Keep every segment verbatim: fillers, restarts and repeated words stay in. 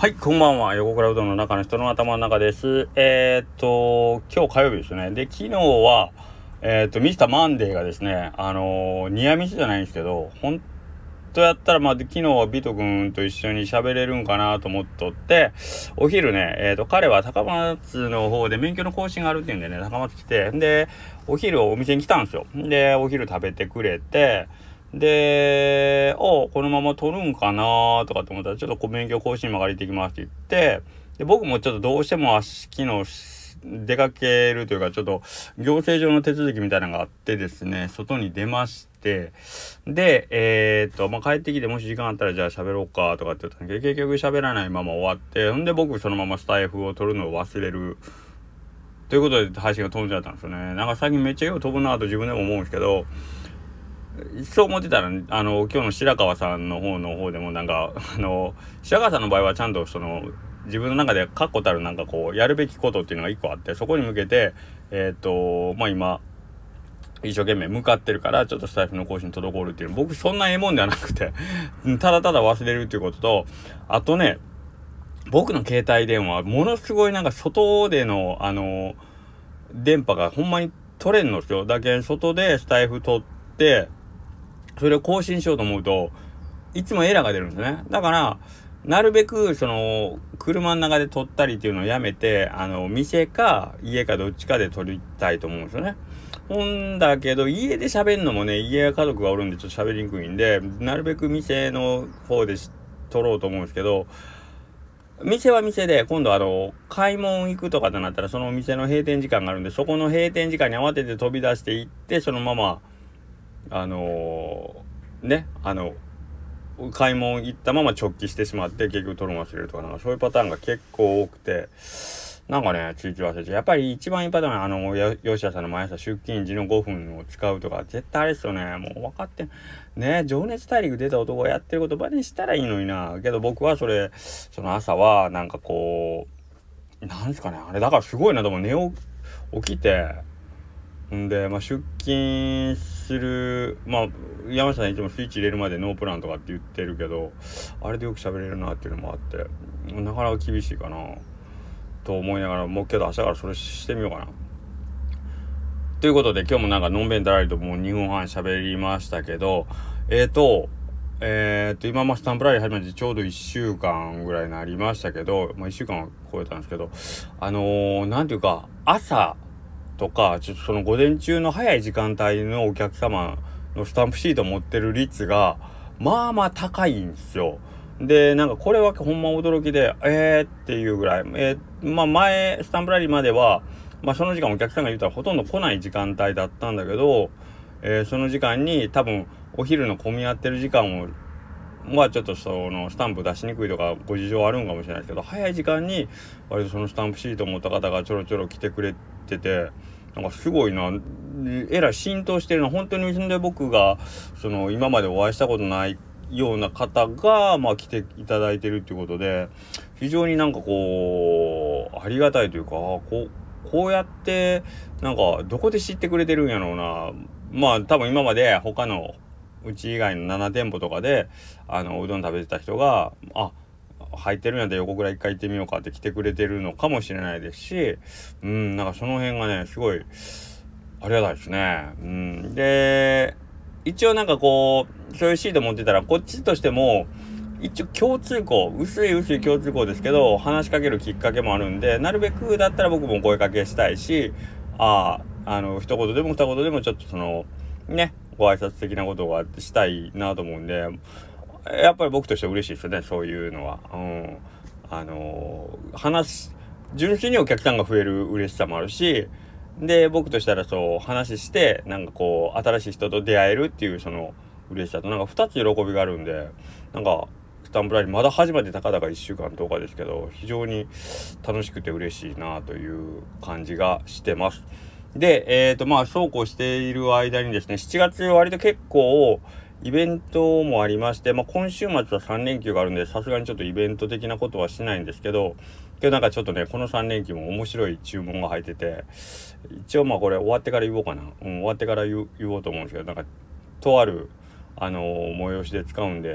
はい、こんばんは。横倉うどんの中の人の頭の中です。えー、っと、今日火曜日ですね。で、昨日は、えー、っと、ミスターマンデーがですね、あのー、ニアミスじゃないんですけど、本当やったら、まあ、昨日はビト君と一緒に喋れるんかなと思っとって、お昼ね、えー、っと、彼は高松の方で免許の更新があるっていうんでね、高松来て、で、お昼お店に来たんですよ。で、お昼食べてくれて、で、おこのまま取るんかなとかって思ったら、ちょっとこう免許更新曲がりてきますって言って、で、僕もちょっとどうしても昨日出かけるというか、ちょっと行政上の手続きみたいなのがあってですね、外に出まして、で、えー、っと、まあ、帰ってきてもし時間あったらじゃあ喋ろうかとかって言ったんだけど、結局喋らないまま終わって、んで僕そのままスタイフを取るのを忘れる。ということで配信が飛んじゃったんですよね。なんか最近めっちゃよう飛ぶなと自分でも思うんですけど、そう思ってたら、あの今日の白川さんの方の方でもなんかあの白川さんの場合はちゃんとその自分の中で確固たるなんかこうやるべきことっていうのが一個あって、そこに向けてえっとまあ今一生懸命向かってるから、ちょっとスタイフの更新滞るっていうの、僕そんなええもんではなくてただただ忘れるっていうことと、あとね、僕の携帯電話ものすごいなんか外でのあの電波がほんまに取れんのですよ。だけど外でスタイフ取ってそれを更新しようと思うといつもエラーが出るんですね。だからなるべくその車の中で撮ったりっていうのをやめて、あの店か家かどっちかで撮りたいと思うんですよね。ほんだけど家で喋るのもね、家や家族がおるんでちょっと喋りにくいんで、なるべく店の方で撮ろうと思うんですけど、店は店で今度あの買い物行くとかとなったら、そのお店の閉店時間があるんで、そこの閉店時間に慌てて飛び出して行って、そのままあのー、ねあの買い物行ったまま直帰してしまって結局取るの忘れるとか、なんかそういうパターンが結構多くて、なんかねついつい忘れて、やっぱり一番いいパターンはあの吉田さんの毎朝出勤時のごふんを使うとか、絶対あれですよね。もう分かってんね。情熱大陸出た男がやってることばにしたらいいのにな。けど僕はそれその朝はなんかこうなんですかね、あれだからすごいなと思う。寝起きてんで、まあ、出勤する、まあ、山下さんいつもスイッチ入れるまでノープランとかって言ってるけど、あれでよく喋れるなっていうのもあって、なかなか厳しいかなと思いながら、もうけど明日からそれしてみようかな。ということで、今日もなんかのんべんだらりともうにふんはん喋りましたけど、えーと、えーと、今まスタンプラリー始めてちょうどいっしゅうかんぐらいになりましたけど、まあいっしゅうかんは超えたんですけど、あのー、なんていうか、朝、とかちょっとその午前中の早い時間帯のお客様のスタンプシート持ってる率がまあまあ高いんですよ。でなんかこれはほんま驚きで、えーっていうぐらい、えー、まあ前スタンプラリーまではまあその時間お客さんが言ったらほとんど来ない時間帯だったんだけど、えー、その時間に多分お昼の混み合ってる時間をまあちょっとそのスタンプ出しにくいとかご事情あるんかもしれないですけど、早い時間に割とそのスタンプシートを持った方がちょろちょろ来てくれてて、なんかすごいな、えらい浸透してるの。本当にで僕がその今までお会いしたことないような方がまあ来ていただいてるっていうことで、非常になんかこうありがたいというか、こうこうやってなんかどこで知ってくれてるんやろうな。まあ多分今まで他のうち以外のなな店舗とかであのうどん食べてた人が、あ入ってるんやったら横ぐらい一回行ってみようかって来てくれてるのかもしれないですし、うんなんかその辺がねすごいありがたいですね。うんで一応なんかこうそういうシート持ってたらこっちとしても一応共通項、薄い薄い共通項ですけど話しかけるきっかけもあるんで、なるべくだったら僕も声かけしたいし、あああの一言でも二言でもちょっとそのねご挨拶的なことがしたいなと思うんで、やっぱり僕としては嬉しいですよね、そういうのは。うん、あのー、話純粋にお客さんが増える嬉しさもあるし、で僕としたらそう話してなんかこう新しい人と出会えるっていうその嬉しさとなんかふたつ喜びがあるんで、なんかスタンプラリーまだ始まってたかだかいっしゅうかんとおかですけど、非常に楽しくて嬉しいなという感じがしてます。でえーとまあそうこうしている間にですね、しちがつ割と結構イベントもありまして、まあ、今週末はさん連休があるんでさすがにちょっとイベント的なことはしないんですけど、今日なんかちょっとねこのさん連休も面白い注文が入ってて、一応まあこれ終わってから言おうかな、うん、終わってから言う言おうと思うんですけど、なんかとあるあのー、催しで使うんで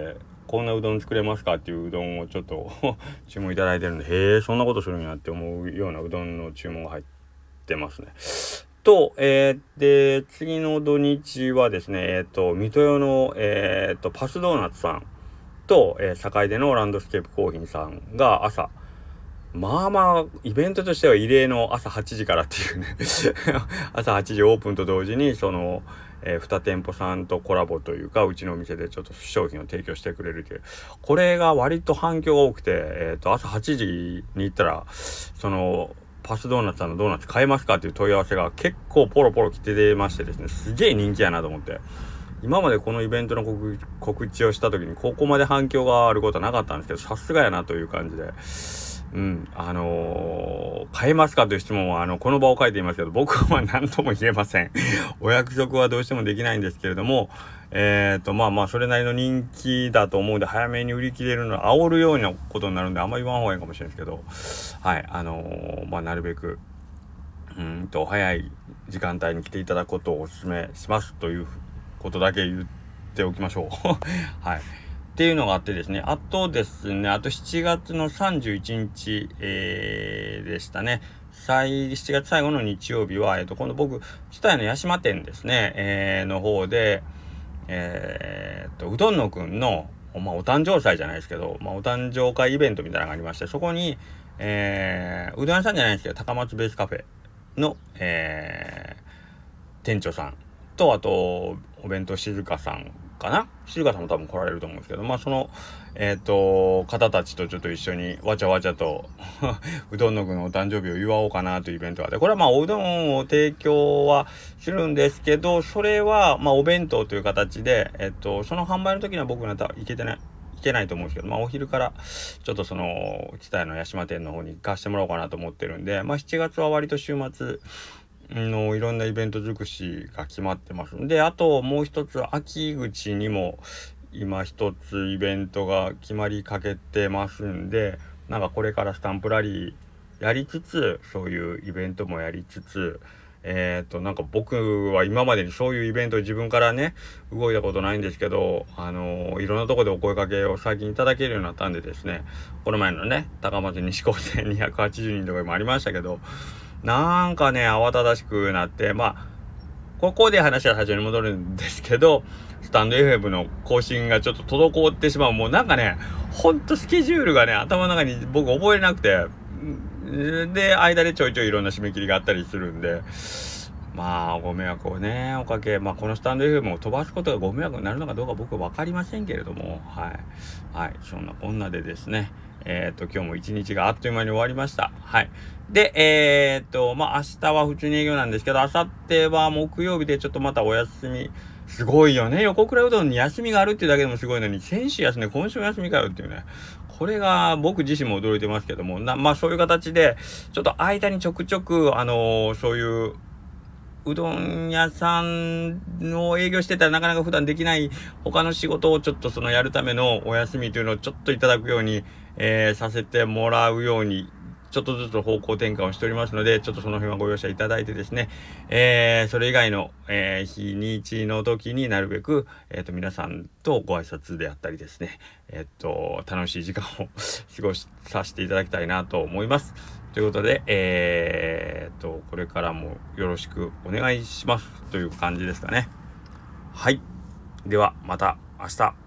こんなうどん作れますかっていううどんをちょっと注文いただいてるんで、へえそんなことするんやって思うようなうどんの注文が入ってますね。と、えー、で次の土日はですね、えっ、ー、と水戸用の、えー、とパスドーナツさんと、えー、坂出のランドスケープコーヒーさんが朝、まあまあイベントとしては異例の朝はちじからっていうね朝はちじオープンと同時にその、えー、に店舗さんとコラボというか、うちのお店でちょっと商品を提供してくれるという、これが割と反響が多くて、えー、と朝はちじに行ったらそのパスドーナツさんのドーナツ買えますかっていう問い合わせが結構ポロポロ来て出ましてですね、すげえ人気やなと思って、今までこのイベントの 告, 告知をした時にここまで反響があることはなかったんですけど、さすがやなという感じで、うんあのー、買えますかという質問はあのこの場を書いていますけど、僕は何とも言えませんお約束はどうしてもできないんですけれども、えっとまあまあそれなりの人気だと思うんで、早めに売り切れるのは煽るようなことになるんであんまり言わん方がいいかもしれないですけど、はいあのー、まあなるべくうんと早い時間帯に来ていただくことをお勧めしますということだけ言っておきましょうはいっていうのがあってですね、あとですね、あとしちがつのさんじゅういちにち、えー、でしたね。しちがつ最後の日曜日は、えっと、今度僕、蔦屋の八島店ですね、えー、の方で、えー、っと、うどんのくんの、まあ、お誕生祭じゃないですけど、まあ、お誕生会イベントみたいなのがありまして、そこに、えー、うどん屋さんじゃないんですけど、高松ベースカフェの、えー、店長さんと、あと、お弁当静香さんかな静香さんも多分来られると思うんですけど、まあそのえっ、ー、と方たちとちょっと一緒にわちゃわちゃとうどんのくんのお誕生日を祝おうかなというイベントがあって、これはまあおうどんを提供はするんですけど、それはまあお弁当という形で、えっ、ー、とその販売の時には僕なんか行けてないいけないと思うんですけど、まあお昼からちょっとその蔦屋の八島店の方に行かしてもらおうかなと思ってるんで、まあしちがつは割と週末のいろんなイベント尽くしが決まってますんで、あともう一つ秋口にも今一つイベントが決まりかけてますんで、なんかこれからスタンプラリーやりつつ、そういうイベントもやりつつ、えっとなんか僕は今までにそういうイベント自分からね動いたことないんですけど、あのー、いろんなとこでお声掛けを最近いただけるようになったんでですね、この前のね高松西高専にひゃくはちじゅうにんとかもありましたけど、なんかね慌ただしくなって、まあここで話は最初に戻るんですけど、スタンド エフエム の更新がちょっと滞ってしまう。もうなんかねほんとスケジュールがね頭の中に僕覚えなくて、で間でちょいちょいいろんな締め切りがあったりするんで、まあご迷惑をねおかけ、まあこのスタンド エフエム を飛ばすことがご迷惑になるのかどうか僕は分かりませんけれども、はいはいそんなこんなでですね、えっと今日も一日があっという間に終わりました。はいでえっとまあ明日は普通に営業なんですけど、明後日は木曜日でちょっとまたお休み。すごいよね、横倉うどんに休みがあるっていうだけでもすごいのに、先週休んで今週休みかよっていうね、これが僕自身も驚いてますけども、なまあそういう形でちょっと間にちょくちょくあのー、そういううどん屋さんの営業してたらなかなか普段できない他の仕事をちょっとそのやるためのお休みというのをちょっといただくように、えー、させてもらうようにちょっとずつ方向転換をしておりますので、ちょっとその辺はご容赦いただいてですね、えー、それ以外の、えー、日にちの時になるべく、えーと、皆さんとご挨拶であったりですね、えっと、楽しい時間を過ごさせていただきたいなと思います。ということで、えーと、これからもよろしくお願いしますという感じですかね。はい。では、また明日。